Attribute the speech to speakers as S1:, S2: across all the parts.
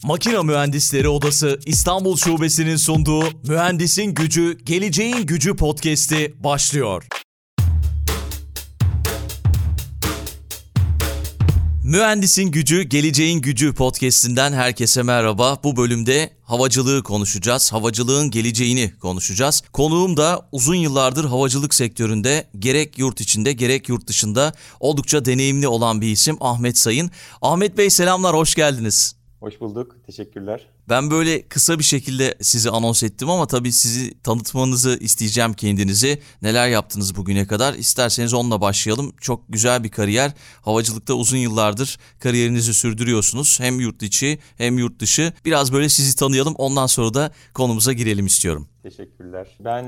S1: Makina Mühendisleri Odası İstanbul Şubesi'nin sunduğu Mühendisin Gücü, Geleceğin Gücü podcast'i başlıyor. Mühendisin Gücü, Geleceğin Gücü podcast'inden herkese merhaba. Bu bölümde havacılığı konuşacağız. Havacılığın geleceğini konuşacağız. Konuğum da uzun yıllardır havacılık sektöründe gerek yurt içinde gerek yurt dışında oldukça deneyimli olan bir isim Ahmet Sayın. Ahmet Bey selamlar, hoş geldiniz.
S2: Hoş bulduk, teşekkürler.
S1: Ben böyle kısa bir şekilde sizi anons ettim ama tabii sizi tanıtmanızı isteyeceğim kendinizi. Neler yaptınız bugüne kadar? İsterseniz onunla başlayalım. Çok güzel bir kariyer. Havacılıkta uzun yıllardır kariyerinizi sürdürüyorsunuz. Hem yurt içi hem yurt dışı. Biraz böyle sizi tanıyalım. Ondan sonra da konumuza girelim istiyorum.
S2: Teşekkürler. Ben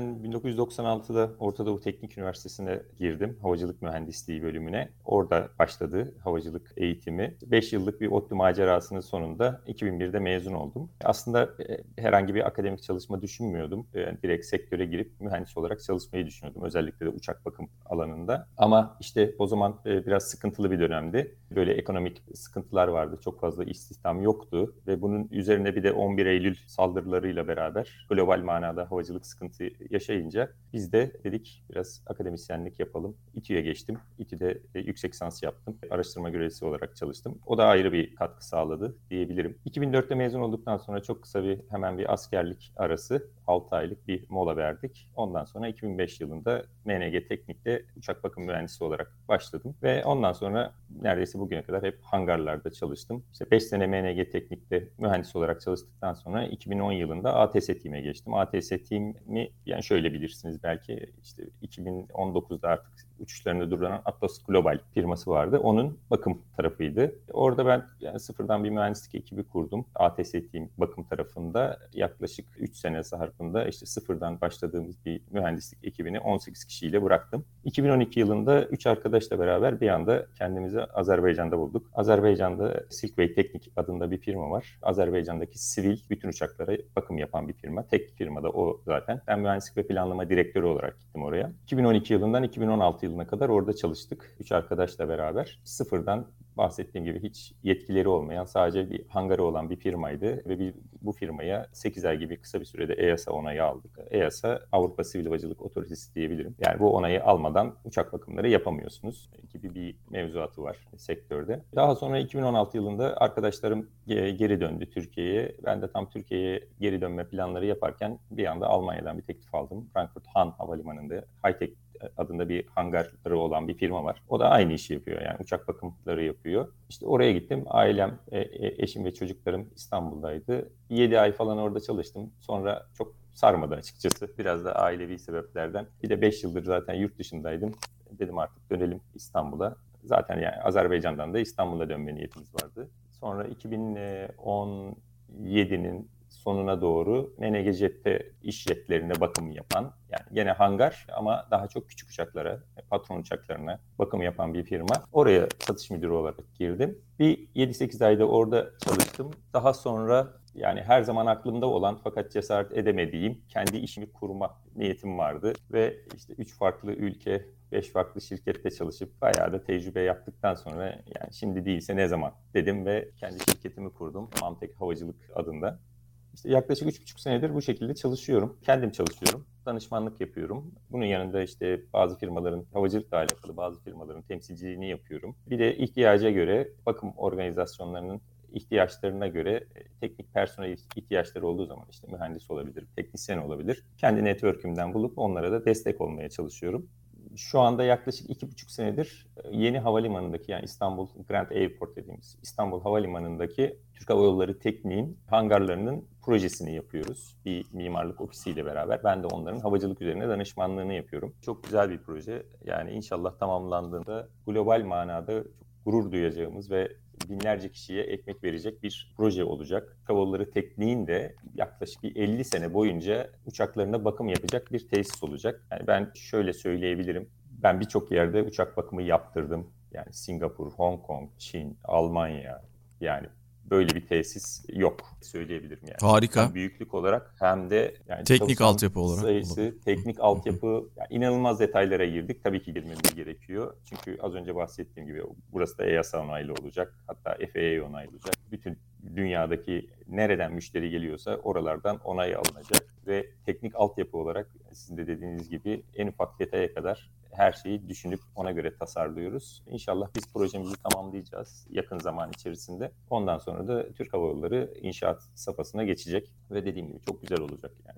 S2: 1996'da Orta Doğu Teknik Üniversitesi'ne girdim. Havacılık Mühendisliği bölümüne. Orada başladı havacılık eğitimi. 5 yıllık bir ODTÜ macerasının sonunda 2001'de mezun oldum. Aslında herhangi bir akademik çalışma düşünmüyordum. Direkt sektöre girip mühendis olarak çalışmayı düşünüyordum. Özellikle de uçak bakım alanında. Ama işte o zaman biraz sıkıntılı bir dönemdi. Böyle ekonomik sıkıntılar vardı. Çok fazla istihdam yoktu. Ve bunun üzerine bir de 11 Eylül saldırılarıyla beraber global manada havacılık sıkıntı yaşayınca biz de dedik biraz akademisyenlik yapalım. İTÜ'ye geçtim. İTÜ'de yüksek lisans yaptım. Araştırma görevlisi olarak çalıştım. O da ayrı bir katkı sağladı diyebilirim. 2004'te mezun olduktan sonra çok kısa hemen bir askerlik arası 6 aylık bir mola verdik. Ondan sonra 2005 yılında MNG Teknik'te uçak bakım mühendisi olarak başladım. Ve ondan sonra neredeyse bugüne kadar hep hangarlarda çalıştım. İşte 5 sene MNG Teknik'te mühendis olarak çalıştıktan sonra 2010 yılında ATS Team'e geçtim. ATS Team'i yani şöyle bilirsiniz belki işte 2019'da artık uçuşlarında duran Atlas Global firması vardı. Onun bakım tarafıydı. Orada ben yani sıfırdan bir mühendislik ekibi kurdum. ATS Team bakım tarafında yaklaşık 3 sene zarfında işte sıfırdan başladığımız bir mühendislik ekibini 18 kişiyle bıraktım. 2012 yılında 3 arkadaşla beraber bir anda kendimizi Azerbaycan'da bulduk. Azerbaycan'da Silkway Teknik adında bir firma var. Azerbaycan'daki sivil bütün uçaklara bakım yapan bir firma. Tek firma da o zaten. Ben mühendislik ve planlama direktörü olarak gittim oraya. 2012 yılından 2016 yılına kadar orada çalıştık. 3 arkadaşla beraber sıfırdan bahsettiğim gibi hiç yetkileri olmayan sadece bir hangarı olan bir firmaydı ve bu firmaya 8 ay gibi kısa bir sürede EASA onayı aldık. EASA Avrupa Sivil Havacılık Otoritesi diyebilirim. Yani bu onayı almadan uçak bakımları yapamıyorsunuz gibi bir mevzuatı var sektörde. Daha sonra 2016 yılında arkadaşlarım geri döndü Türkiye'ye. Ben de tam Türkiye'ye geri dönme planları yaparken bir anda Almanya'dan bir teklif aldım. Frankfurt Hahn Havalimanı'nda Hightech adında bir hangarları olan bir firma var. O da aynı işi yapıyor yani uçak bakımları yapıyor. İşte oraya gittim. Ailem, eşim ve çocuklarım İstanbul'daydı. 7 ay falan orada çalıştım. Sonra çok sarmadı açıkçası. Biraz da ailevi sebeplerden. Bir de 5 yıldır zaten yurt dışındaydım. Dedim artık dönelim İstanbul'a. Zaten yani Azerbaycan'dan da İstanbul'a dönme niyetimiz vardı. Sonra 2017'nin sonuna doğru MNG Jet'te iş jetlerine bakım yapan, yani gene hangar ama daha çok küçük uçaklara, patron uçaklarına bakım yapan bir firma. Oraya satış müdürü olarak girdim. Bir 7-8 ayda orada çalıştım. Daha sonra yani her zaman aklımda olan fakat cesaret edemediğim kendi işimi kurma niyetim vardı. Ve işte 3 farklı ülke, 5 farklı şirkette çalışıp bayağı da tecrübe yaptıktan sonra yani şimdi değilse ne zaman dedim ve kendi şirketimi kurdum. Mamtek Havacılık adında. İşte yaklaşık 3,5 senedir bu şekilde çalışıyorum. Kendim çalışıyorum. Danışmanlık yapıyorum. Bunun yanında işte bazı firmaların, havacılıkla alakalı bazı firmaların temsilciliğini yapıyorum. Bir de ihtiyaca göre bakım organizasyonlarının ihtiyaçlarına göre teknik personel ihtiyaçları olduğu zaman işte mühendis olabilir, teknisyen olabilir. Kendi network'ümden bulup onlara da destek olmaya çalışıyorum. Şu anda yaklaşık 2,5 senedir yeni havalimanındaki yani İstanbul Grand Airport dediğimiz İstanbul Havalimanı'ndaki Türk Hava Yolları Teknik'in hangarlarının projesini yapıyoruz. Bir mimarlık ofisiyle beraber. Ben de onların havacılık üzerine danışmanlığını yapıyorum. Çok güzel bir proje. Yani inşallah tamamlandığında global manada çok gurur duyacağımız ve binlerce kişiye ekmek verecek bir proje olacak. Türk Hava Yolları Teknik'in de yaklaşık bir 50 sene boyunca uçaklarına bakım yapacak bir tesis olacak. Yani ben şöyle söyleyebilirim. Ben birçok yerde uçak bakımı yaptırdım. Yani Singapur, Hong Kong, Çin, Almanya, yani böyle bir tesis yok söyleyebilirim yani.
S1: Harika.
S2: Hem büyüklük olarak hem de yani
S1: Teknik
S2: çalışan
S1: altyapı olarak
S2: sayısı,
S1: olabilir.
S2: teknik altyapı, yani inanılmaz detaylara girdik. Tabii ki girmemiz gerekiyor. Çünkü az önce bahsettiğim gibi burası da EASA onaylı olacak. Hatta FAA onaylı olacak. Bütün dünyadaki nereden müşteri geliyorsa oralardan onay alınacak ve teknik altyapı olarak sizin de dediğiniz gibi en ufak detaya kadar her şeyi düşünüp ona göre tasarlıyoruz. İnşallah biz projemizi tamamlayacağız yakın zaman içerisinde. Ondan sonra da Türk Hava Yolları inşaat safhasına geçecek ve dediğim gibi çok güzel olacak yani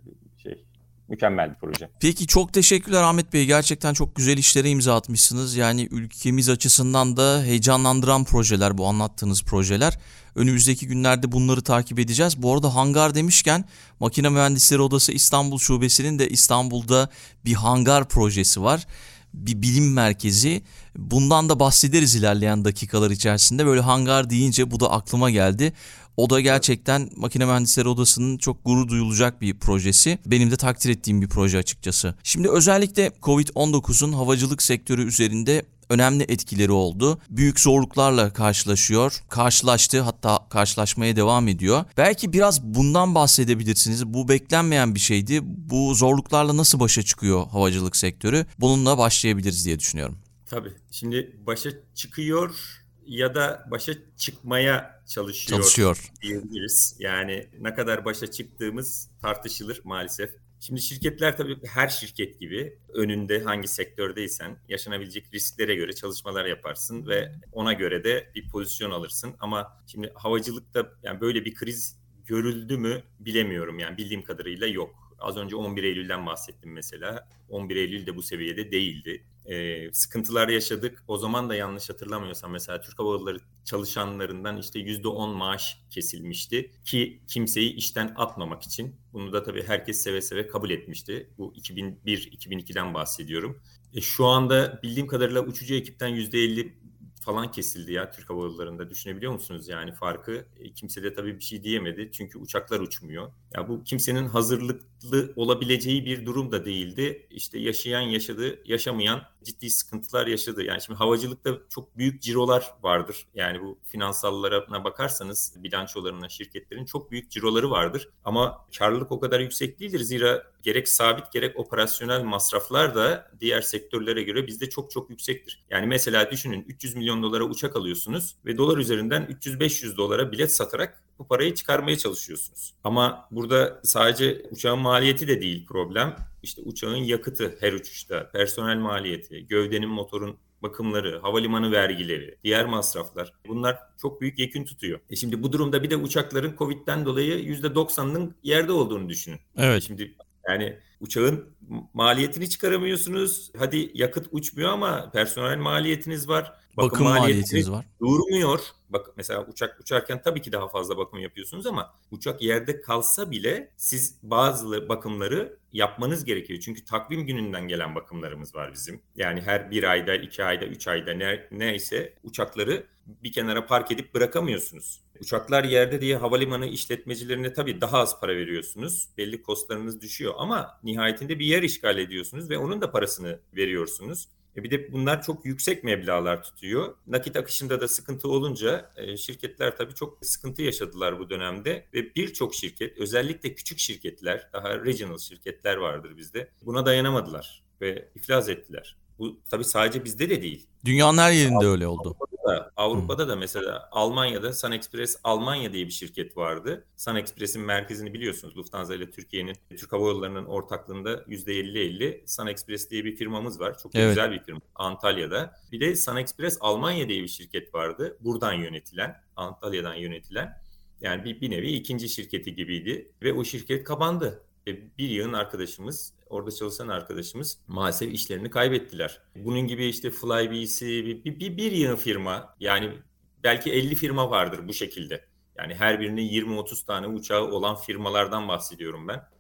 S2: mükemmel bir proje.
S1: Peki çok teşekkürler Ahmet Bey. Gerçekten çok güzel işlere imza atmışsınız. Yani ülkemiz açısından da heyecanlandıran projeler bu anlattığınız projeler. Önümüzdeki günlerde bunları takip edeceğiz. Bu arada hangar demişken Makine Mühendisleri Odası İstanbul Şubesi'nin de İstanbul'da bir hangar projesi var. Bir bilim merkezi. Bundan da bahsederiz ilerleyen dakikalar içerisinde. Böyle hangar deyince bu da aklıma geldi. O da gerçekten Makine Mühendisleri Odası'nın çok gurur duyulacak bir projesi. Benim de takdir ettiğim bir proje açıkçası. Şimdi özellikle Covid-19'un havacılık sektörü üzerinde önemli etkileri oldu. Büyük zorluklarla karşılaştı, hatta karşılaşmaya devam ediyor. Belki biraz bundan bahsedebilirsiniz. Bu beklenmeyen bir şeydi. Bu zorluklarla nasıl başa çıkıyor havacılık sektörü? Bununla başlayabiliriz diye düşünüyorum.
S3: Tabii. Şimdi başa çıkıyor ya da başa çıkmaya çalışıyor diyebiliriz. Yani ne kadar başa çıktığımız tartışılır maalesef. Şimdi şirketler tabii her şirket gibi önünde hangi sektördeysen yaşanabilecek risklere göre çalışmalar yaparsın ve ona göre de bir pozisyon alırsın. Ama şimdi havacılıkta yani böyle bir kriz görüldü mü bilemiyorum, yani bildiğim kadarıyla yok. Az önce 11 Eylül'den bahsettim mesela. 11 Eylül de bu seviyede değildi. Sıkıntılar yaşadık. O zaman da yanlış hatırlamıyorsam mesela Türk Hava Yolları çalışanlarından işte %10 maaş kesilmişti ki kimseyi işten atmamak için. Bunu da tabii herkes seve seve kabul etmişti. Bu 2001-2002'den bahsediyorum. Şu anda bildiğim kadarıyla uçucu ekipten %50 falan kesildi ya Türk Hava Yolları'nda. Düşünebiliyor musunuz yani farkı? Kimse de tabii bir şey diyemedi çünkü uçaklar uçmuyor. Ya bu kimsenin hazırlıklı olabileceği bir durum da değildi. İşte yaşayan yaşadı, yaşamayan ciddi sıkıntılar yaşadı. Yani şimdi havacılıkta çok büyük cirolar vardır. Yani bu finansallarına bakarsanız bilançolarına şirketlerin çok büyük ciroları vardır. Ama karlılık o kadar yüksek değildir. Zira gerek sabit gerek operasyonel masraflar da diğer sektörlere göre bizde çok çok yüksektir. Yani mesela düşünün 300 milyon dolara uçak alıyorsunuz ve dolar üzerinden 300-500 dolara bilet satarak bu parayı çıkarmaya çalışıyorsunuz. Ama burada sadece uçağın maliyeti de değil problem. İşte uçağın yakıtı her uçuşta, personel maliyeti, gövdenin, motorun bakımları, havalimanı vergileri, diğer masraflar, bunlar çok büyük yekün tutuyor. Şimdi bu durumda bir de uçakların Covid'den dolayı %90'ının yerde olduğunu düşünün.
S1: Evet.
S3: Şimdi yani uçağın maliyetini çıkaramıyorsunuz. Hadi yakıt uçmuyor ama personel maliyetiniz var.
S1: Bakım maliyetiniz var.
S3: Durmuyor. Bak mesela uçak uçarken tabii ki daha fazla bakım yapıyorsunuz ama uçak yerde kalsa bile siz bazı bakımları yapmanız gerekiyor. Çünkü takvim gününden gelen bakımlarımız var bizim. Yani her 1 ayda, 2 ayda, 3 ayda neyse uçakları bir kenara park edip bırakamıyorsunuz. Uçaklar yerde diye havalimanı işletmecilerine tabii daha az para veriyorsunuz. Belli kostlarınız düşüyor ama nihayetinde bir yer işgal ediyorsunuz ve onun da parasını veriyorsunuz. Bir de bunlar çok yüksek meblağlar tutuyor. Nakit akışında da sıkıntı olunca şirketler tabii çok sıkıntı yaşadılar bu dönemde. Ve birçok şirket, özellikle küçük şirketler, daha regional şirketler vardır bizde. Buna dayanamadılar ve iflas ettiler. Bu tabii sadece bizde de değil.
S1: Dünyanın her yerinde öyle oldu.
S3: Avrupa'da da mesela Almanya'da SunExpress Almanya diye bir şirket vardı. SunExpress'in merkezini biliyorsunuz. Lufthansa ile Türk Hava Yolları'nın ortaklığında %50-50 SunExpress diye bir firmamız var. Çok da güzel bir firma Antalya'da. Bir de SunExpress Almanya diye bir şirket vardı. Buradan yönetilen, Antalya'dan yönetilen. Yani bir nevi ikinci şirketi gibiydi ve o şirket kapandı. Bir yığın arkadaşımız, orada çalışan arkadaşımız maalesef işlerini kaybettiler. Bunun gibi işte Flybe'si, bir yığın firma, yani belki 50 firma vardır bu şekilde. Yani her birinin 20-30 tane uçağı olan firmalardan bahsediyorum ben.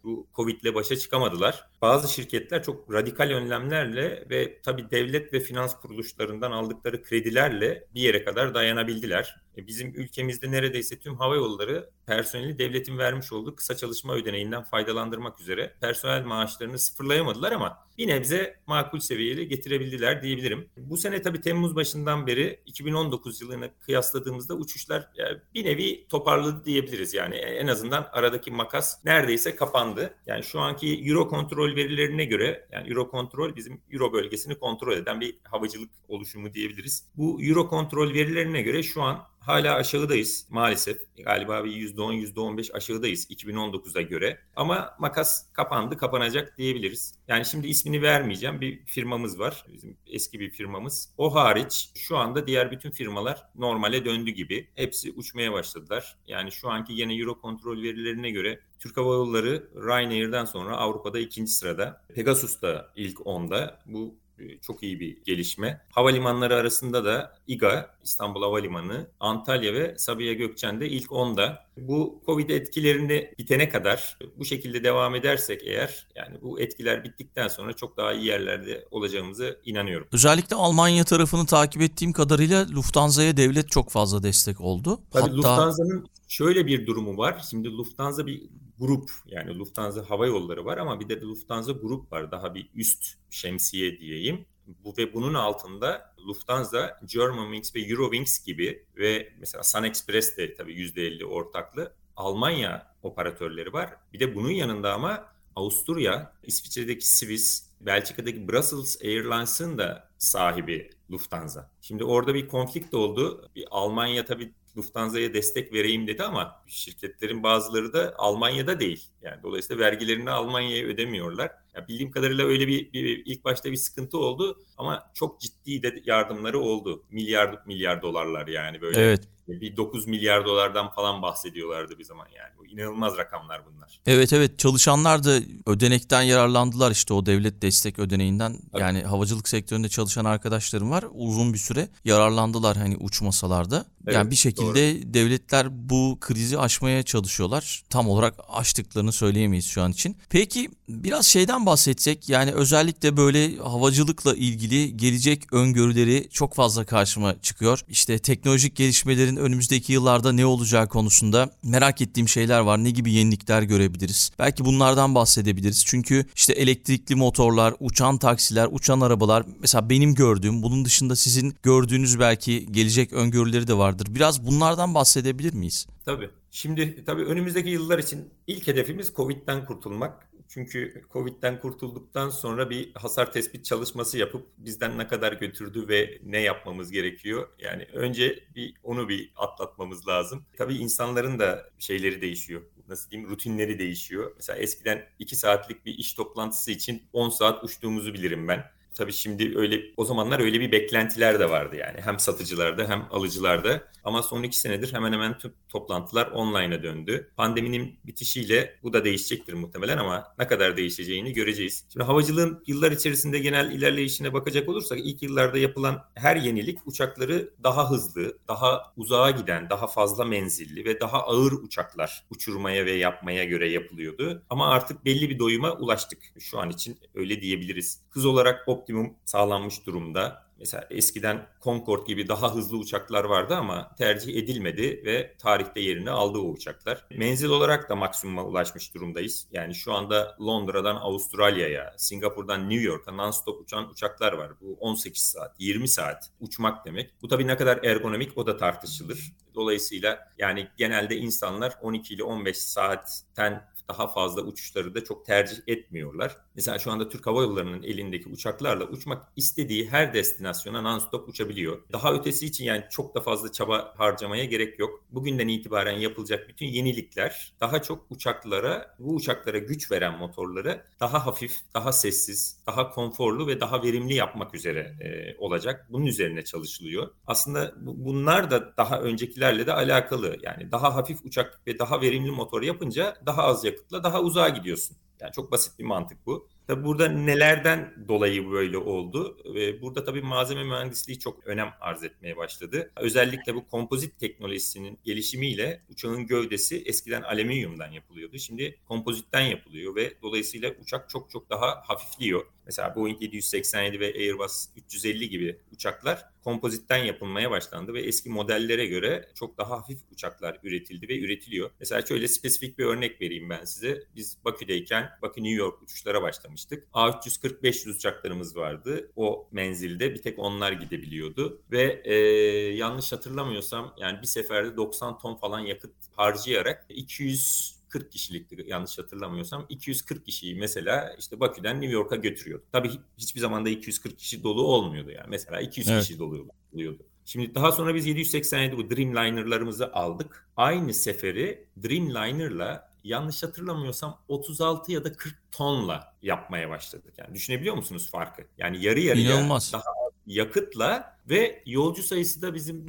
S3: bu Covid'le başa çıkamadılar. Bazı şirketler çok radikal önlemlerle ve tabii devlet ve finans kuruluşlarından aldıkları kredilerle bir yere kadar dayanabildiler. Bizim ülkemizde neredeyse tüm hava yolları personeli devletin vermiş olduğu kısa çalışma ödeneğinden faydalandırmak üzere personel maaşlarını sıfırlayamadılar ama bir nebze makul seviyeli getirebildiler diyebilirim. Bu sene tabii Temmuz başından beri 2019 yılına kıyasladığımızda uçuşlar bir nevi toparladı diyebiliriz. Yani en azından aradaki makas neredeyse kapandı. Yani şu anki Eurocontrol verilerine göre, yani Eurocontrol bizim Euro bölgesini kontrol eden bir havacılık oluşumu diyebiliriz. Bu Eurocontrol verilerine göre şu an hala aşağıdayız maalesef. Galiba bir %10, %15 aşağıdayız 2019'a göre. Ama makas kapandı, kapanacak diyebiliriz. Yani şimdi ismini vermeyeceğim. Bir firmamız var. Bizim eski bir firmamız. O hariç şu anda diğer bütün firmalar normale döndü gibi. Hepsi uçmaya başladılar. Yani şu anki yine Eurocontrol verilerine göre Türk Hava Yolları Ryanair'den sonra Avrupa'da 2. sırada. Pegasus da ilk 10'da. Bu çok iyi bir gelişme. Havalimanları arasında da İGA, İstanbul Havalimanı, Antalya ve Sabiha Gökçen de ilk 10'da. Bu Covid etkilerini bitene kadar bu şekilde devam edersek eğer, yani bu etkiler bittikten sonra çok daha iyi yerlerde olacağımıza inanıyorum.
S1: Özellikle Almanya tarafını takip ettiğim kadarıyla Lufthansa'ya devlet çok fazla destek oldu.
S3: Tabii Lufthansa'nın şöyle bir durumu var. Şimdi Lufthansa bir grup, yani Lufthansa Hava Yolları var ama bir de Lufthansa grup var. Daha bir üst şemsiye diyeyim. Ve bunun altında Lufthansa, Germanwings ve Eurowings gibi ve mesela SunExpress de tabii %50 ortaklı Almanya operatörleri var. Bir de bunun yanında ama Avusturya, İsviçre'deki Swiss, Belçika'daki Brussels Airlines'ın da sahibi Lufthansa. Şimdi orada bir konflikt oldu. Bir Almanya tabii Lufthansa'ya destek vereyim dedi ama şirketlerin bazıları da Almanya'da değil. Yani dolayısıyla vergilerini Almanya'ya ödemiyorlar. Ya bildiğim kadarıyla öyle bir ilk başta bir sıkıntı oldu ama çok ciddi de yardımları oldu. Milyar dolarlar yani böyle.
S1: Evet.
S3: Bir 9 milyar dolardan falan bahsediyorlardı bir zaman yani. Bu inanılmaz rakamlar bunlar.
S1: Evet, çalışanlar da ödenekten yararlandılar, işte o devlet destek ödeneğinden.
S3: Tabii.
S1: Yani havacılık sektöründe çalışan arkadaşlarım var, uzun bir süre yararlandılar hani uçmasalar da.
S3: Evet,
S1: Yani bir şekilde doğru. Devletler bu krizi aşmaya çalışıyorlar. Tam olarak aştıklarını söyleyemeyiz şu an için. Peki biraz şeyden bahsetsek, yani özellikle böyle havacılıkla ilgili gelecek öngörüleri çok fazla karşıma çıkıyor. İşte teknolojik gelişmelerin önümüzdeki yıllarda ne olacağı konusunda merak ettiğim şeyler var. Ne gibi yenilikler görebiliriz? Belki bunlardan bahsedebiliriz. Çünkü işte elektrikli motorlar, uçan taksiler, uçan arabalar, mesela benim gördüğüm, bunun dışında sizin gördüğünüz belki gelecek öngörüleri de vardır. Biraz bunlardan bahsedebilir miyiz?
S3: Tabii. Şimdi tabii önümüzdeki yıllar için ilk hedefimiz Covid'den kurtulmak. Çünkü Covid'den kurtulduktan sonra bir hasar tespit çalışması yapıp bizden ne kadar götürdü ve ne yapmamız gerekiyor. Yani önce onu atlatmamız lazım. Tabii insanların da şeyleri değişiyor. Nasıl diyeyim, rutinleri değişiyor. Mesela eskiden 2 saatlik bir iş toplantısı için 10 saat uçtuğumuzu bilirim ben. Tabii şimdi o zamanlar öyle bir beklentiler de vardı yani. Hem satıcılarda hem alıcılarda. Ama son 2 senedir hemen hemen tüm toplantılar online'a döndü. Pandeminin bitişiyle bu da değişecektir muhtemelen ama ne kadar değişeceğini göreceğiz. Şimdi havacılığın yıllar içerisinde genel ilerleyişine bakacak olursak ilk yıllarda yapılan her yenilik uçakları daha hızlı, daha uzağa giden, daha fazla menzilli ve daha ağır uçaklar uçurmaya ve yapmaya göre yapılıyordu. Ama artık belli bir doyuma ulaştık. Şu an için öyle diyebiliriz. Hız olarak optimum sağlanmış durumda. Mesela eskiden Concorde gibi daha hızlı uçaklar vardı ama tercih edilmedi ve tarihte yerini aldı o uçaklar. Menzil olarak da maksimuma ulaşmış durumdayız. Yani şu anda Londra'dan Avustralya'ya, Singapur'dan New York'a non-stop uçan uçaklar var. Bu 18 saat, 20 saat uçmak demek. Bu tabii ne kadar ergonomik o da tartışılır. Dolayısıyla yani genelde insanlar 12 ile 15 saatten daha fazla uçuşları da çok tercih etmiyorlar. Mesela şu anda Türk Hava Yolları'nın elindeki uçaklarla uçmak istediği her destinasyona non-stop uçabiliyor. Daha ötesi için yani çok da fazla çaba harcamaya gerek yok. Bugünden itibaren yapılacak bütün yenilikler daha çok bu uçaklara güç veren motorları daha hafif, daha sessiz, daha konforlu ve daha verimli yapmak üzere olacak. Bunun üzerine çalışılıyor. Aslında bunlar da daha öncekilerle de alakalı. Yani daha hafif uçak ve daha verimli motor yapınca daha az yakıtla daha uzağa gidiyorsun. Yani çok basit bir mantık bu. Tabii burada nelerden dolayı böyle oldu? Burada tabii malzeme mühendisliği çok önem arz etmeye başladı. Özellikle bu kompozit teknolojisinin gelişimiyle uçağın gövdesi eskiden alüminyumdan yapılıyordu. Şimdi kompozitten yapılıyor ve dolayısıyla uçak çok çok daha hafifliyor. Mesela Boeing 787 ve Airbus 350 gibi uçaklar kompozitten yapılmaya başlandı ve eski modellere göre çok daha hafif uçaklar üretildi ve üretiliyor. Mesela şöyle spesifik bir örnek vereyim ben size. Biz Bakü'deyken Bakü-New York uçuşlara başlamıştık. A340-500 uçaklarımız vardı. O menzilde bir tek onlar gidebiliyordu ve yanlış hatırlamıyorsam yani bir seferde 90 ton falan yakıt harcayarak 240 kişilikti yanlış hatırlamıyorsam. 240 kişiyi mesela işte Bakü'den New York'a götürüyordu. Tabii hiçbir zaman da 240 kişi dolu olmuyordu yani. Mesela 200 kişi dolu oluyordu. Şimdi daha sonra biz 787 bu Dreamliner'larımızı aldık. Aynı seferi Dreamliner'la yanlış hatırlamıyorsam 36 ya da 40 tonla yapmaya başladık. Yani düşünebiliyor musunuz farkı? Yani yarı yarıya
S1: İnanılmaz.
S3: daha yakıtla ve yolcu sayısı da bizim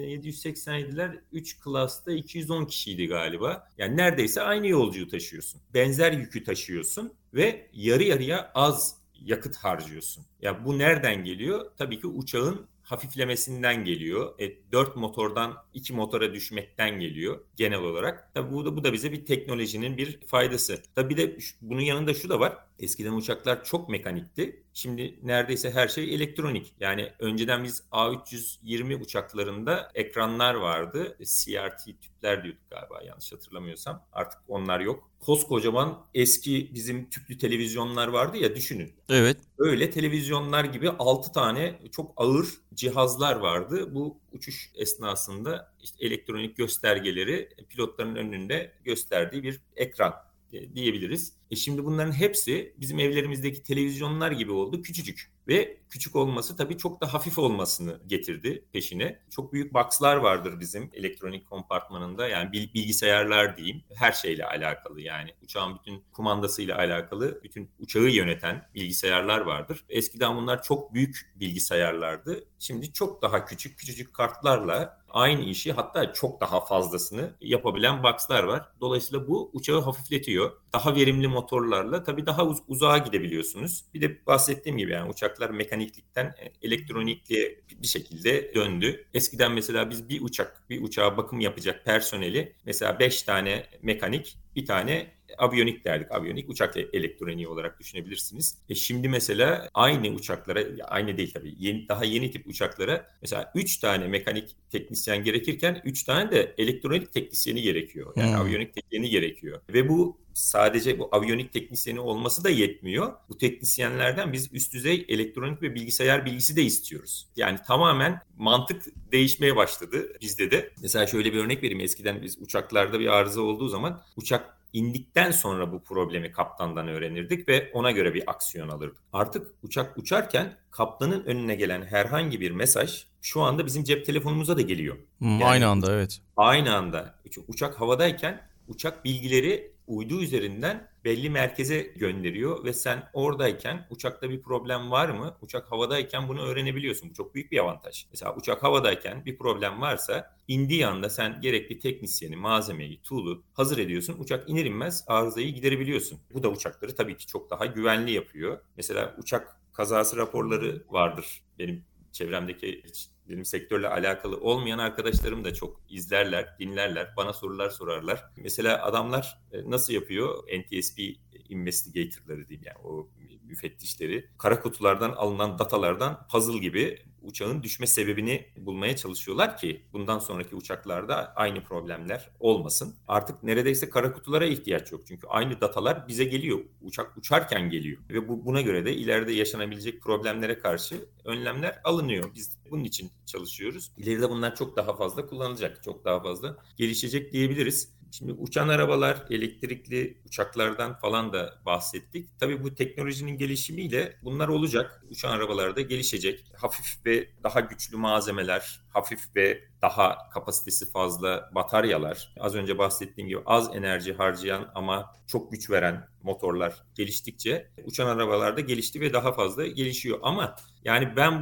S3: 787'ler 3 klasta 210 kişiydi galiba. Yani neredeyse aynı yolcuyu taşıyorsun. Benzer yükü taşıyorsun ve yarı yarıya az yakıt harcıyorsun. Ya bu nereden geliyor? Tabii ki uçağın hafiflemesinden geliyor. 4 motordan 2 motora düşmekten geliyor genel olarak. Tabii bu da bize bir teknolojinin bir faydası. Tabii bir de bunun yanında şu da var. Eskiden uçaklar çok mekanikti. Şimdi neredeyse her şey elektronik. Yani önceden biz A320 uçaklarında ekranlar vardı. CRT tüpler diyorduk galiba yanlış hatırlamıyorsam. Artık onlar yok. Koskocaman eski bizim tüplü televizyonlar vardı ya düşünün.
S1: Evet.
S3: Öyle televizyonlar gibi 6 tane çok ağır cihazlar vardı. Bu uçuş esnasında işte elektronik göstergeleri pilotların önünde gösterdiği bir ekran diyebiliriz. Şimdi bunların hepsi bizim evlerimizdeki televizyonlar gibi oldu, küçücük. Ve küçük olması tabii çok da hafif olmasını getirdi peşine. Çok büyük box'lar vardır bizim elektronik kompartmanında. Yani bilgisayarlar diyeyim. Her şeyle alakalı yani. Uçağın bütün kumandasıyla alakalı, bütün uçağı yöneten bilgisayarlar vardır. Eskiden bunlar çok büyük bilgisayarlardı. Şimdi çok daha küçücük kartlarla aynı işi hatta çok daha fazlasını yapabilen box'lar var. Dolayısıyla bu uçağı hafifletiyor. Daha verimli motorlarla tabii daha uzağa gidebiliyorsunuz. Bir de bahsettiğim gibi yani uçaklar mekaniklikten elektronikliğe bir şekilde döndü. Eskiden mesela biz bir uçağa bakım yapacak personeli mesela 5 tane mekanik, bir tane aviyonik derdik. Aviyonik uçak elektroniği olarak düşünebilirsiniz. Şimdi mesela aynı uçaklara, aynı değil tabii, daha yeni tip uçaklara mesela 3 tane mekanik teknisyen gerekirken 3 tane de elektronik teknisyeni gerekiyor. Yani aviyonik teknisyeni gerekiyor. Ve bu sadece bu aviyonik teknisyeni olması da yetmiyor. Bu teknisyenlerden biz üst düzey elektronik ve bilgisayar bilgisi de istiyoruz. Yani tamamen mantık değişmeye başladı bizde de. Mesela şöyle bir örnek vereyim. Eskiden biz uçaklarda bir arıza olduğu zaman uçak indikten sonra bu problemi kaptandan öğrenirdik ve ona göre bir aksiyon alırdık. Artık uçak uçarken kaptanın önüne gelen herhangi bir mesaj şu anda bizim cep telefonumuza da geliyor. Yani
S1: Aynı anda evet.
S3: Aynı anda uçak havadayken uçak bilgileri uydu üzerinden belli merkeze gönderiyor ve sen oradayken uçakta bir problem var mı? Uçak havadayken bunu öğrenebiliyorsun. Bu çok büyük bir avantaj. Mesela uçak havadayken bir problem varsa indiği anda sen gerekli teknisyeni, malzemeyi, tool'u hazır ediyorsun. Uçak iner inmez arızayı giderebiliyorsun. Bu da uçakları tabii ki çok daha güvenli yapıyor. Mesela uçak kazası raporları vardır. Benim çevremdeki benim sektörle alakalı olmayan arkadaşlarım da çok izlerler, dinlerler, bana sorular sorarlar. Mesela adamlar nasıl yapıyor? NTSB investigator'ları diyeyim yani o müfettişleri. Kara kutulardan alınan datalardan puzzle gibi uçağın düşme sebebini bulmaya çalışıyorlar ki bundan sonraki uçaklarda aynı problemler olmasın. Artık neredeyse kara kutulara ihtiyaç yok. Çünkü aynı datalar bize geliyor. Uçak uçarken geliyor. Ve buna göre de ileride yaşanabilecek problemlere karşı önlemler alınıyor. Biz bunun için çalışıyoruz. İleride bunlar çok daha fazla kullanılacak. Çok daha fazla gelişecek diyebiliriz. Şimdi uçan arabalar, elektrikli uçaklardan falan da bahsettik. Tabii bu teknolojinin gelişimiyle bunlar olacak. Uçan arabalar da gelişecek. Hafif ve daha güçlü malzemeler, hafif ve daha kapasitesi fazla bataryalar, az önce bahsettiğim gibi az enerji harcayan ama çok güç veren motorlar geliştikçe uçan arabalar da gelişti ve daha fazla gelişiyor. Ama yani ben bunun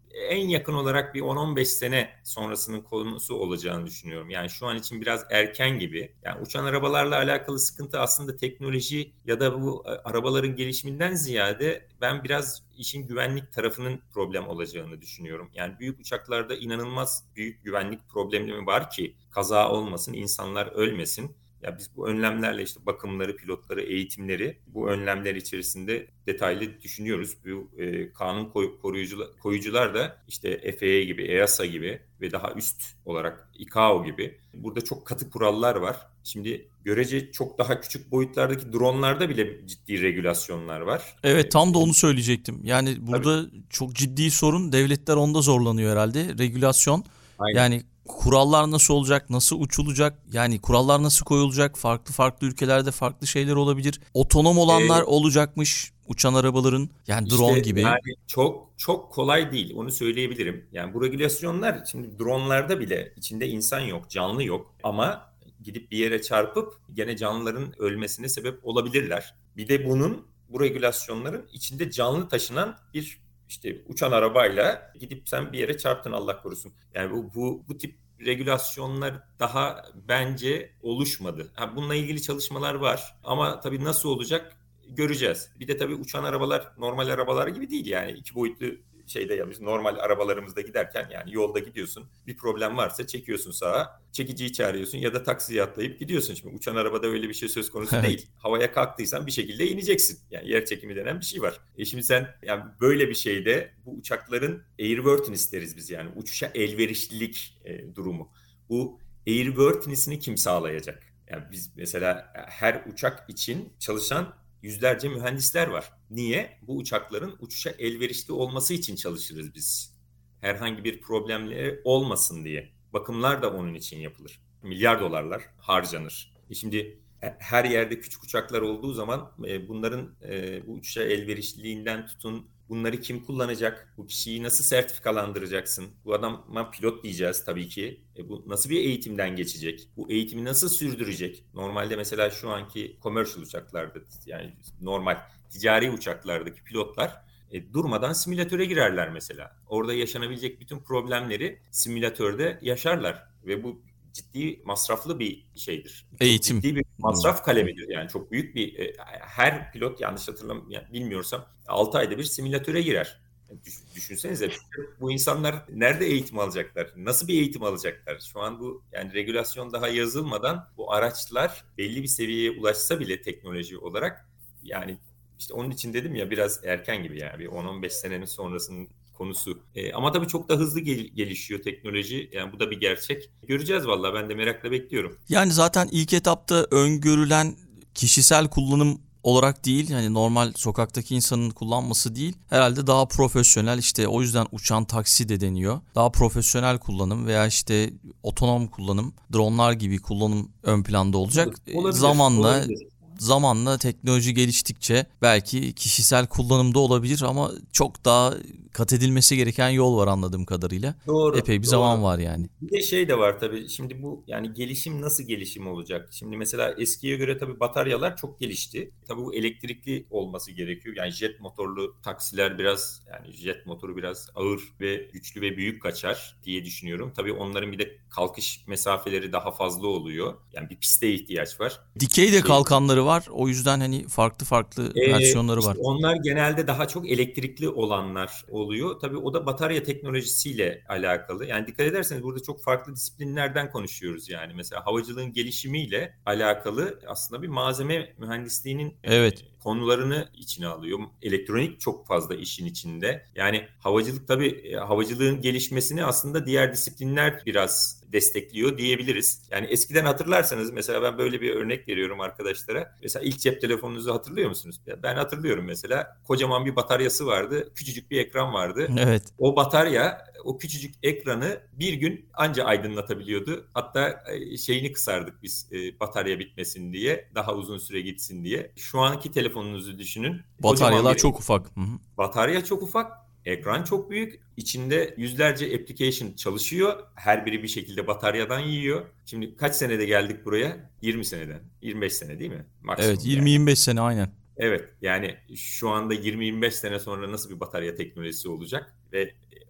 S3: en yakın olarak bir 10-15 sene sonrasının konusu olacağını düşünüyorum. Yani şu an için biraz erken gibi. Yani uçan arabalarla alakalı sıkıntı aslında teknoloji ya da bu arabaların gelişiminden ziyade ben biraz işin güvenlik tarafının problem olacağını düşünüyorum. Yani büyük uçaklarda inanılmaz büyük güvenlik problemi var ki kaza olmasın, insanlar ölmesin. Ya biz bu önlemlerle işte bakımları, pilotları, eğitimleri bu önlemler içerisinde detaylı düşünüyoruz. Bu kanun koyucular da işte FAA gibi, EASA gibi ve daha üst olarak ICAO gibi burada çok katı kurallar var. Şimdi görece çok daha küçük boyutlardaki dronlarda bile ciddi regülasyonlar var.
S1: Evet, tam da onu söyleyecektim. Yani burada
S3: Tabii.
S1: çok ciddi sorun, devletler onda zorlanıyor herhalde. Regülasyon,
S3: Aynen.
S1: yani kurallar nasıl olacak, nasıl uçulacak, yani kurallar nasıl koyulacak, farklı ülkelerde farklı şeyler olabilir. Otonom olanlar olacakmış uçan arabaların, yani drone
S3: İşte
S1: gibi.
S3: yani çok çok kolay değil, onu söyleyebilirim. Yani bu regülasyonlar şimdi dronlarda bile içinde insan yok, canlı yok ama gidip bir yere çarpıp gene canlıların ölmesine sebep olabilirler. Bir de bu regülasyonların içinde canlı taşınan bir işte uçan arabayla gidip sen bir yere çarptın Allah korusun. Yani bu tip regülasyonlar daha bence oluşmadı. Ha, bununla ilgili çalışmalar var ama tabii nasıl olacak göreceğiz. Bir de tabii uçan arabalar normal arabalar gibi değil yani iki boyutlu şeyde ya biz normal arabalarımızda giderken yani yolda gidiyorsun bir problem varsa çekiyorsun sağa çekiciyi çağırıyorsun ya da taksiye atlayıp gidiyorsun. Şimdi uçan arabada öyle bir şey söz konusu
S1: Evet.
S3: değil. Havaya kalktıysan bir şekilde ineceksin. Yani yer çekimi denen bir şey var. Şimdi sen yani böyle bir şeyde bu uçakların airworthiness deriz biz yani uçuşa elverişlilik durumu. Bu airworthiness'ini kim sağlayacak? Yani biz mesela her uçak için çalışan yüzlerce mühendisler var. Niye? Bu uçakların uçuşa elverişli olması için çalışırız biz. Herhangi bir problemleri olmasın diye. Bakımlar da onun için yapılır. Milyar dolarlar harcanır. Şimdi her yerde küçük uçaklar olduğu zaman bunların bu uçuşa elverişliliğinden tutun, bunları kim kullanacak? Bu kişiyi nasıl sertifikalandıracaksın? Bu adama pilot diyeceğiz tabii ki. Bu nasıl bir eğitimden geçecek? Bu eğitimi nasıl sürdürecek? Normalde mesela şu anki commercial uçaklarda yani normal ticari uçaklardaki pilotlar durmadan simülatöre girerler mesela. Orada yaşanabilecek bütün problemleri simülatörde yaşarlar ve bu ciddi masraflı bir şeydir. Çok
S1: Eğitim.
S3: ciddi bir masraf kalemidir yani çok büyük bir her pilot yanlış bilmiyorsam 6 ayda bir simülatöre girer. Düşünsenize bu insanlar nerede eğitim alacaklar? Nasıl bir eğitim alacaklar? Şu an bu yani regülasyon daha yazılmadan bu araçlar belli bir seviyeye ulaşsa bile teknoloji olarak yani işte onun için dedim ya biraz erken gibi yani bir 10-15 senenin sonrasının konusu. Ama tabii çok da hızlı gelişiyor teknoloji. Yani bu da bir gerçek. Göreceğiz vallahi ben de merakla bekliyorum.
S1: Yani zaten ilk etapta öngörülen kişisel kullanım olarak değil, yani normal sokaktaki insanın kullanması değil, herhalde daha profesyonel, işte o yüzden uçan taksi de deniyor. Daha profesyonel kullanım veya işte otonom kullanım, dronlar gibi kullanım ön planda olacak. Zamanla
S3: Olabilir.
S1: zamanla teknoloji geliştikçe belki kişisel kullanımda olabilir ama çok daha kat edilmesi gereken yol var anladığım kadarıyla.
S3: Doğru,
S1: Epey bir zaman
S3: doğru.
S1: var yani.
S3: Bir de şey de var tabii. Şimdi bu yani gelişim nasıl gelişim olacak? Şimdi mesela eskiye göre tabii bataryalar çok gelişti. Tabii bu elektrikli olması gerekiyor. Yani jet motorlu taksiler biraz yani jet motoru biraz ağır ve güçlü ve büyük kaçar diye düşünüyorum. Tabii onların bir de kalkış mesafeleri daha fazla oluyor. Yani bir piste ihtiyaç var.
S1: Dikey de
S3: Şey,
S1: kalkanları var. O yüzden hani farklı versiyonları
S3: işte
S1: var.
S3: onlar genelde daha çok elektrikli olanlar oluyor. Tabii o da batarya teknolojisiyle alakalı. Yani dikkat ederseniz burada çok farklı disiplinlerden konuşuyoruz yani. Mesela havacılığın gelişimiyle alakalı aslında bir malzeme mühendisliğinin
S1: Evet.
S3: konularını içine alıyor. Elektronik çok fazla işin içinde. Yani havacılık tabii havacılığın gelişmesini aslında diğer disiplinler biraz destekliyor diyebiliriz. Yani eskiden hatırlarsanız mesela ben böyle bir örnek veriyorum arkadaşlara. Mesela ilk cep telefonunuzu hatırlıyor musunuz? Ben hatırlıyorum mesela. Kocaman bir bataryası vardı. Küçücük bir ekran vardı.
S1: Evet.
S3: O batarya o küçücük ekranı bir gün anca aydınlatabiliyordu. Hatta şeyini kısardık biz batarya bitmesin diye. Daha uzun süre gitsin diye. Şu anki telefonunuzu düşünün. Kocaman
S1: Bataryalar
S3: bir
S1: çok ufak. Hı hı.
S3: batarya çok ufak. Ekran çok büyük. İçinde yüzlerce application çalışıyor. Her biri bir şekilde bataryadan yiyor. Şimdi kaç senede geldik buraya? 20 seneden. 25 sene değil mi?
S1: Evet,
S3: Maksimum yani.
S1: 20-25 sene aynen.
S3: Evet yani şu anda 20-25 sene sonra nasıl bir batarya teknolojisi olacak ve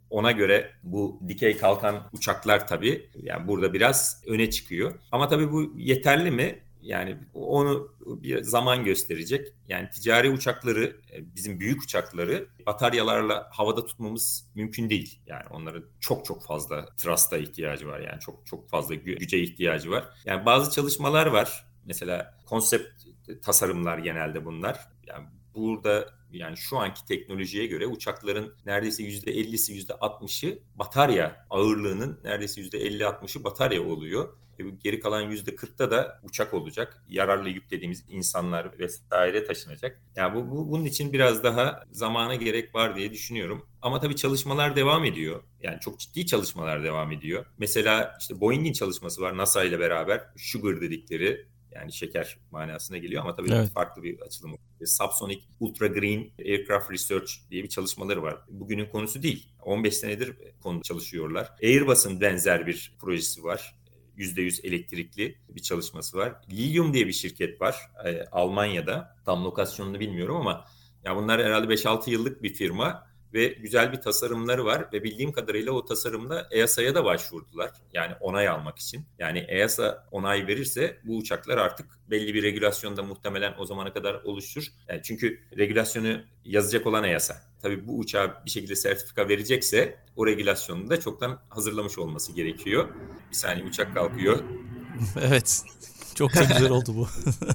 S3: Ona göre bu dikey kalkan uçaklar tabii yani burada biraz öne çıkıyor. Ama tabii bu yeterli mi? Yani onu bir zaman gösterecek. Yani ticari uçakları, bizim büyük uçakları bataryalarla havada tutmamız mümkün değil. Yani onların çok çok fazla thrust'a ihtiyacı var. Yani çok çok fazla güce ihtiyacı var. Yani bazı çalışmalar var. Mesela konsept tasarımlar genelde bunlar. Yani burada yani şu anki teknolojiye göre uçakların neredeyse %50'si %60'ı batarya ağırlığının neredeyse %50-60'ı batarya oluyor. Geri kalan %40'ta da uçak olacak. Yararlı yük dediğimiz insanlar vesaire taşınacak. Yani bunun için biraz daha zamana gerek var diye düşünüyorum. Ama tabii çalışmalar devam ediyor. Yani çok ciddi çalışmalar devam ediyor. Mesela işte Boeing'in çalışması var NASA ile beraber. Sugar dedikleri yani şeker manasına geliyor ama tabii
S1: Evet.
S3: farklı bir açılımı. Subsonic Ultra Green Aircraft Research diye bir çalışmaları var. Bugünün konusu değil. 15 senedir konu çalışıyorlar. Airbus'un benzer bir projesi var. %100 elektrikli bir çalışması var. Lilium diye bir şirket var Almanya'da. Tam lokasyonunu bilmiyorum ama ya bunlar herhalde 5-6 yıllık bir firma ve güzel bir tasarımları var ve bildiğim kadarıyla o tasarımda EASA'ya da başvurdular. Yani onay almak için. Yani EASA onay verirse bu uçaklar artık belli bir regülasyonda muhtemelen o zamana kadar oluşur. Yani çünkü regülasyonu yazacak olan EASA. Tabii bu uçağa bir şekilde sertifika verecekse o regülasyonu da çoktan hazırlamış olması gerekiyor. Bir saniye uçak kalkıyor.
S1: Evet. Çok da güzel oldu bu.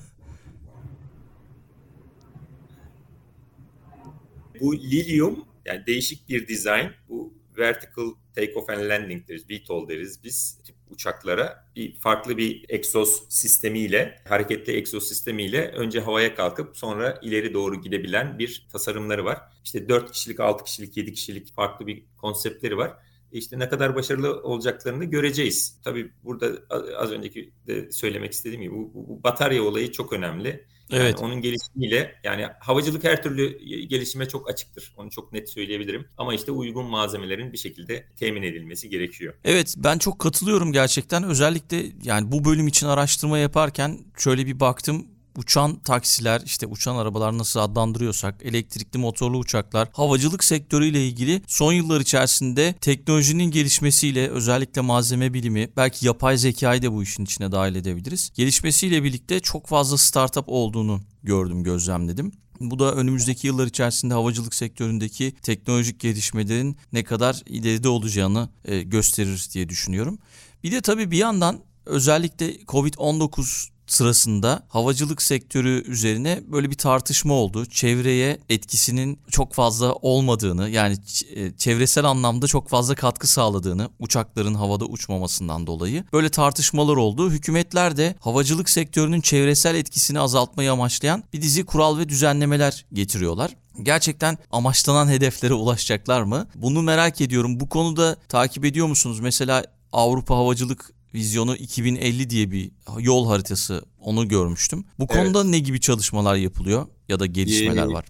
S3: Bu Lilium yani değişik bir dizayn. Bu Vertical Takeoff and Landing deriz, VTOL deriz biz tip uçaklara. Farklı bir egzoz sistemiyle, hareketli egzoz sistemiyle önce havaya kalkıp sonra ileri doğru gidebilen bir tasarımları var. İşte 4 kişilik, 6 kişilik, 7 kişilik farklı bir konseptleri var. İşte ne kadar başarılı olacaklarını göreceğiz. Tabii burada az önceki de söylemek istediğim gibi bu batarya olayı çok önemli. Yani
S1: Evet.
S3: onun gelişimiyle yani havacılık her türlü gelişime çok açıktır. Onu çok net söyleyebilirim. Ama işte uygun malzemelerin bir şekilde temin edilmesi gerekiyor.
S1: Evet, ben çok katılıyorum gerçekten. Özellikle yani bu bölüm için araştırma yaparken şöyle bir baktım. Uçan taksiler, işte uçan arabalar nasıl adlandırıyorsak, elektrikli motorlu uçaklar, havacılık sektörüyle ilgili son yıllar içerisinde teknolojinin gelişmesiyle, özellikle malzeme bilimi, belki yapay zekayı da bu işin içine dahil edebiliriz. Gelişmesiyle birlikte çok fazla startup olduğunu gördüm, gözlemledim. Bu da önümüzdeki yıllar içerisinde havacılık sektöründeki teknolojik gelişmelerin ne kadar ileride olacağını gösterir diye düşünüyorum. Bir de tabii bir yandan özellikle Covid-19 sırasında havacılık sektörü üzerine böyle bir tartışma oldu. Çevreye etkisinin çok fazla olmadığını, yani çevresel anlamda çok fazla katkı sağladığını, uçakların havada uçmamasından dolayı böyle tartışmalar oldu. Hükümetler de havacılık sektörünün çevresel etkisini azaltmayı amaçlayan bir dizi kural ve düzenlemeler getiriyorlar. Gerçekten amaçlanan hedeflere ulaşacaklar mı? Bunu merak ediyorum. Bu konuda takip ediyor musunuz? Mesela Avrupa Havacılık Vizyonu 2050 diye bir yol haritası, onu görmüştüm. Bu konuda
S3: Evet.
S1: ne gibi çalışmalar yapılıyor ya da gelişmeler var?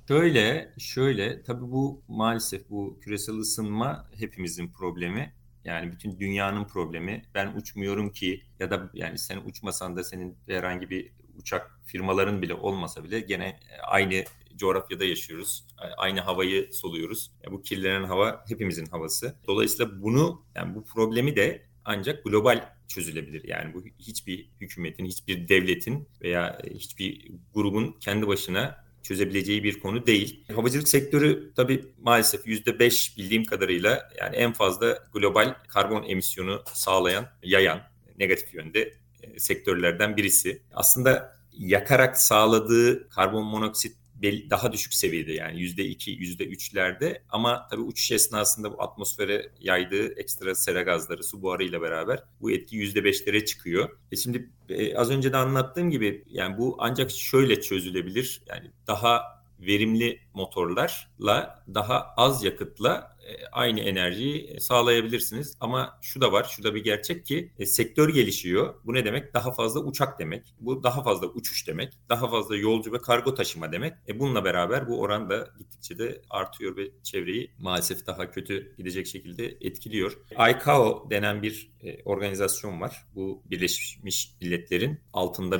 S3: Şöyle tabii bu maalesef bu küresel ısınma hepimizin problemi. Yani bütün dünyanın problemi. Ben uçmuyorum ki ya da yani sen uçmasan da senin herhangi bir uçak firmaların bile olmasa bile gene aynı coğrafyada yaşıyoruz. Aynı havayı soluyoruz. Bu kirlenen hava hepimizin havası. Dolayısıyla bu problemi de ancak global çözülebilir. Yani bu hiçbir hükümetin, hiçbir devletin veya hiçbir grubun kendi başına çözebileceği bir konu değil. Havacılık sektörü tabii maalesef %5 bildiğim kadarıyla yani en fazla global karbon emisyonu sağlayan, yayan negatif yönde sektörlerden birisi. Aslında yakarak sağladığı karbon monoksit daha düşük seviyede yani %2, %3'lerde ama tabii uçuş esnasında bu atmosfere yaydığı ekstra sera gazları, su buharıyla beraber bu etki %5'lere çıkıyor. Şimdi az önce de anlattığım gibi yani bu ancak şöyle çözülebilir. Yani daha verimli motorlarla daha az yakıtla aynı enerjiyi sağlayabilirsiniz. Ama şu da var, şu da bir gerçek ki sektör gelişiyor. Bu ne demek? Daha fazla uçak demek. Bu daha fazla uçuş demek. Daha fazla yolcu ve kargo taşıma demek. Bununla beraber bu oran da gittikçe de artıyor ve çevreyi maalesef daha kötü gidecek şekilde etkiliyor. ICAO denen bir organizasyon var. Bu Birleşmiş Milletler'in altında bir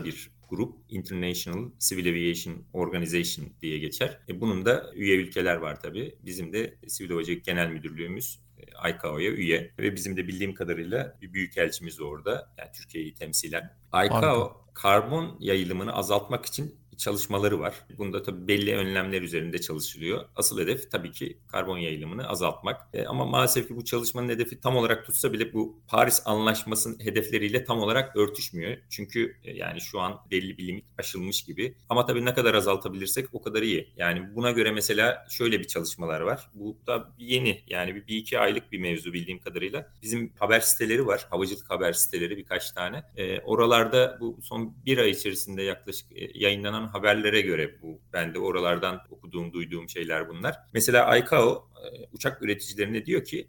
S3: grup, International Civil Aviation Organization diye geçer. Bunun da üye ülkeler var tabii. Bizim de Sivil Havacılık Genel Müdürlüğümüz ICAO'ya üye ve bizim de bildiğim kadarıyla bir büyükelçimiz orada, yani Türkiye'yi temsilen. ICAO karbon yayılımını azaltmak için çalışmaları var. Bunda tabii belli önlemler üzerinde çalışılıyor. Asıl hedef tabii ki karbon yayılımını azaltmak. Ama maalesef ki bu çalışmanın hedefi tam olarak tutsa bile bu Paris Anlaşması'nın hedefleriyle tam olarak örtüşmüyor. Çünkü yani şu an belli bir limit aşılmış gibi. Ama tabii ne kadar azaltabilirsek o kadar iyi. Yani buna göre mesela şöyle bir çalışmalar var. Bu da yeni, yani bir iki aylık bir mevzu bildiğim kadarıyla. Bizim haber siteleri var. Havacılık haber siteleri birkaç tane. Oralarda bu son bir ay içerisinde yaklaşık yayınlanan haberlere göre, bu ben de oralardan okuduğum, duyduğum şeyler bunlar. Mesela ICAO uçak üreticilerine diyor ki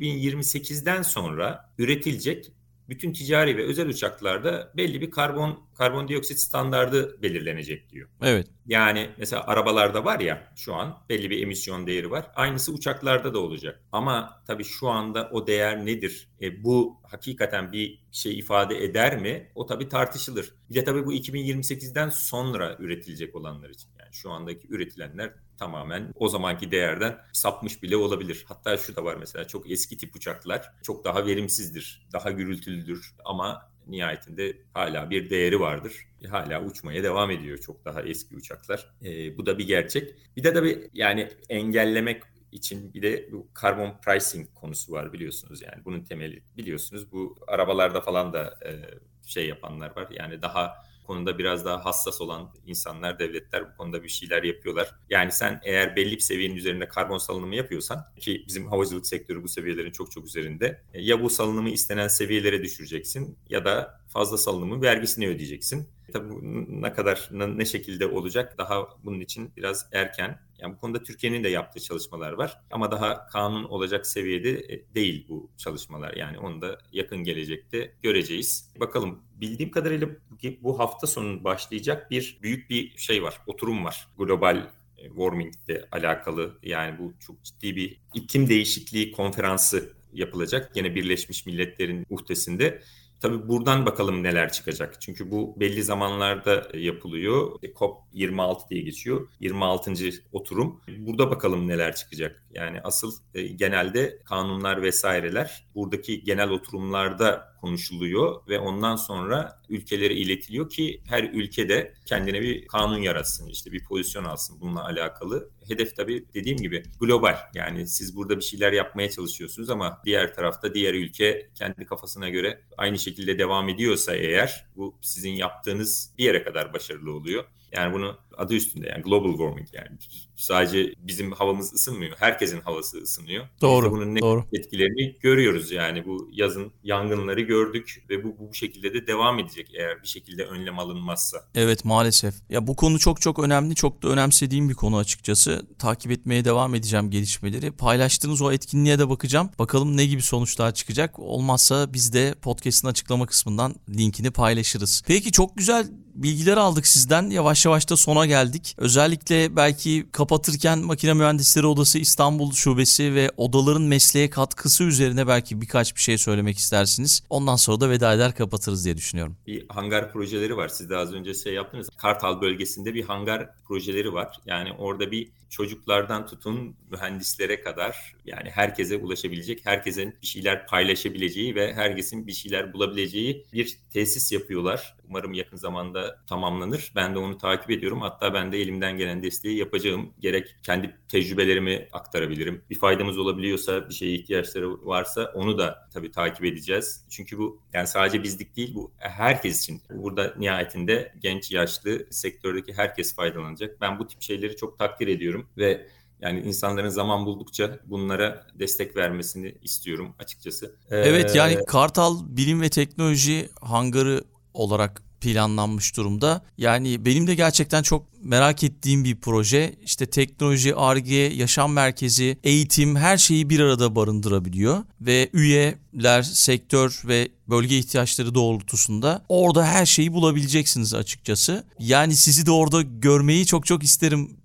S3: 2028'den sonra üretilecek bütün ticari ve özel uçaklarda belli bir karbondioksit standardı belirlenecek diyor.
S1: Evet.
S3: Yani mesela arabalarda var ya, şu an belli bir emisyon değeri var. Aynısı uçaklarda da olacak. Ama tabii şu anda o değer nedir? Bu hakikaten bir şey ifade eder mi? O tabii tartışılır. Bir de tabii bu 2028'den sonra üretilecek olanlar için. Yani şu andaki üretilenler tamamen o zamanki değerden sapmış bile olabilir. Hatta şu da var mesela, çok eski tip uçaklar çok daha verimsizdir, daha gürültülüdür ama nihayetinde hala bir değeri vardır. Hala uçmaya devam ediyor çok daha eski uçaklar. Bu da bir gerçek. Bir de tabii yani engellemek için bir de bu carbon pricing konusu var, biliyorsunuz. Yani bunun temeli, biliyorsunuz, bu arabalarda falan da şey yapanlar var. Yani daha konuda biraz daha hassas olan insanlar, devletler bu konuda bir şeyler yapıyorlar. Yani sen eğer belli bir seviyenin üzerinde karbon salınımı yapıyorsan, ki bizim havacılık sektörü bu seviyelerin çok çok üzerinde, ya bu salınımı istenen seviyelere düşüreceksin ya da fazla salınımın vergisini ödeyeceksin. Tabii ne kadar, ne şekilde olacak daha bunun için biraz erken. Yani bu konuda Türkiye'nin de yaptığı çalışmalar var. Ama daha kanun olacak seviyede değil bu çalışmalar. Yani onu da yakın gelecekte göreceğiz. Bakalım, bildiğim kadarıyla bu hafta sonu başlayacak büyük bir şey var, oturum var. Global warming'le alakalı, yani bu çok ciddi bir iklim değişikliği konferansı yapılacak. Yine Birleşmiş Milletler'in uhdesinde. Tabii buradan bakalım neler çıkacak. Çünkü bu belli zamanlarda yapılıyor. COP26 diye geçiyor. 26. oturum. Burada bakalım neler çıkacak. Yani asıl genelde kanunlar vesaireler buradaki genel oturumlarda konuşuluyor ve ondan sonra ülkelere iletiliyor ki her ülkede kendine bir kanun yaratsın, işte bir pozisyon alsın bununla alakalı. Hedef tabii dediğim gibi global. Yani siz burada bir şeyler yapmaya çalışıyorsunuz ama diğer tarafta diğer ülke kendi kafasına göre aynı şekilde devam ediyorsa eğer, bu sizin yaptığınız bir yere kadar başarılı oluyor. Yani bunu adı üstünde, yani global warming, yani sadece bizim havamız ısınmıyor. Herkesin havası ısınıyor.
S1: Doğru.
S3: Biz de bunun negatif etkilerini görüyoruz. Yani bu yazın yangınları gördük ve bu şekilde de devam edecek eğer bir şekilde önlem alınmazsa.
S1: Evet, maalesef. Ya bu konu çok çok önemli, çok da önemsediğim bir konu açıkçası. Takip etmeye devam edeceğim gelişmeleri. Paylaştığınız o etkinliğe de bakacağım. Bakalım ne gibi sonuçlar çıkacak. Olmazsa biz de podcast'ın açıklama kısmından linkini paylaşırız. Peki, çok güzel bilgiler aldık sizden. Yavaş yavaş da sona geldik. Özellikle belki kapatırken Makine Mühendisleri Odası İstanbul Şubesi ve odaların mesleğe katkısı üzerine belki birkaç bir şey söylemek istersiniz. Ondan sonra da veda eder kapatırız diye düşünüyorum.
S3: Bir hangar projeleri var. Siz de az önce yaptınız. Kartal bölgesinde bir hangar projeleri var. Yani orada bir çocuklardan tutun mühendislere kadar, yani herkese ulaşabilecek, herkesin bir şeyler paylaşabileceği ve herkesin bir şeyler bulabileceği bir tesis yapıyorlar. Umarım yakın zamanda tamamlanır. Ben de onu takip ediyorum. Hatta ben de elimden gelen desteği yapacağım. Gerek kendi tecrübelerimi aktarabilirim. Bir faydamız olabiliyorsa, bir şeye ihtiyaçları varsa onu da tabii takip edeceğiz. Çünkü bu yani sadece bizlik değil, bu herkes için. Burada nihayetinde genç, yaşlı, sektördeki herkes faydalanacak. Ben bu tip şeyleri çok takdir ediyorum ve yani insanların zaman buldukça bunlara destek vermesini istiyorum açıkçası.
S1: Evet, yani Kartal Bilim ve Teknoloji Hangarı olarak planlanmış durumda. Yani benim de gerçekten çok merak ettiğim bir proje. İşte teknoloji, Ar-Ge, yaşam merkezi, eğitim, her şeyi bir arada barındırabiliyor. Ve üyeler, sektör ve bölge ihtiyaçları doğrultusunda orada her şeyi bulabileceksiniz açıkçası. Yani sizi de orada görmeyi çok çok isterim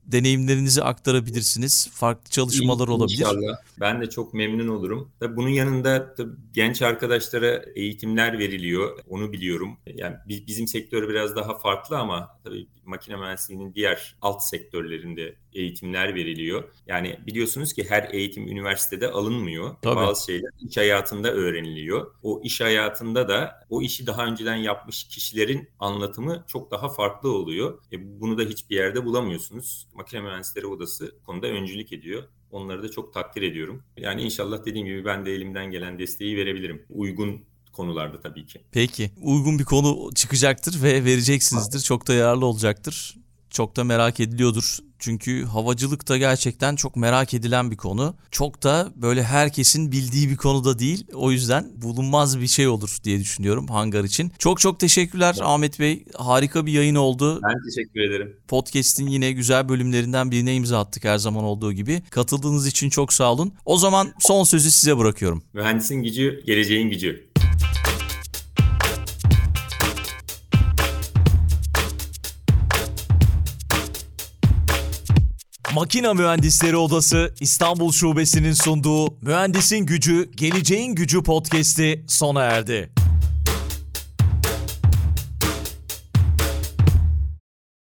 S1: deneyimlerinizi aktarabilirsiniz. Farklı çalışmalar olabilir.
S3: İnşallah. Ben de çok memnun olurum. Tabii bunun yanında genç arkadaşlara eğitimler veriliyor. Onu biliyorum. Yani bizim sektör biraz daha farklı ama tabii makine mühendisliğinin diğer alt sektörlerinde eğitimler veriliyor. Yani biliyorsunuz ki her eğitim üniversitede alınmıyor.
S1: Tabii.
S3: Bazı şeyler iş hayatında öğreniliyor. O iş hayatında da o işi daha önceden yapmış kişilerin anlatımı çok daha farklı oluyor. Bunu da hiçbir yerde bulamıyorsunuz. Makine Mühendisleri Odası konuda öncülük ediyor. Onları da çok takdir ediyorum. Yani inşallah dediğim gibi ben de elimden gelen desteği verebilirim. Uygun konularda tabii ki.
S1: Peki. Uygun bir konu çıkacaktır ve vereceksinizdir. Çok da yararlı olacaktır. Çok da merak ediliyordur. Çünkü havacılık da gerçekten çok merak edilen bir konu. Çok da böyle herkesin bildiği bir konu da değil. O yüzden bulunmaz bir şey olur diye düşünüyorum hangar için. Çok çok teşekkürler Ahmet Bey. Harika bir yayın oldu.
S3: Ben teşekkür ederim.
S1: Podcast'in yine güzel bölümlerinden birine imza attık her zaman olduğu gibi. Katıldığınız için çok sağ olun. O zaman son sözü size bırakıyorum.
S3: Mühendisin gücü, geleceğin gücü.
S1: Makina Mühendisleri Odası İstanbul Şubesi'nin sunduğu Mühendisin Gücü, Geleceğin Gücü podcast'i sona erdi.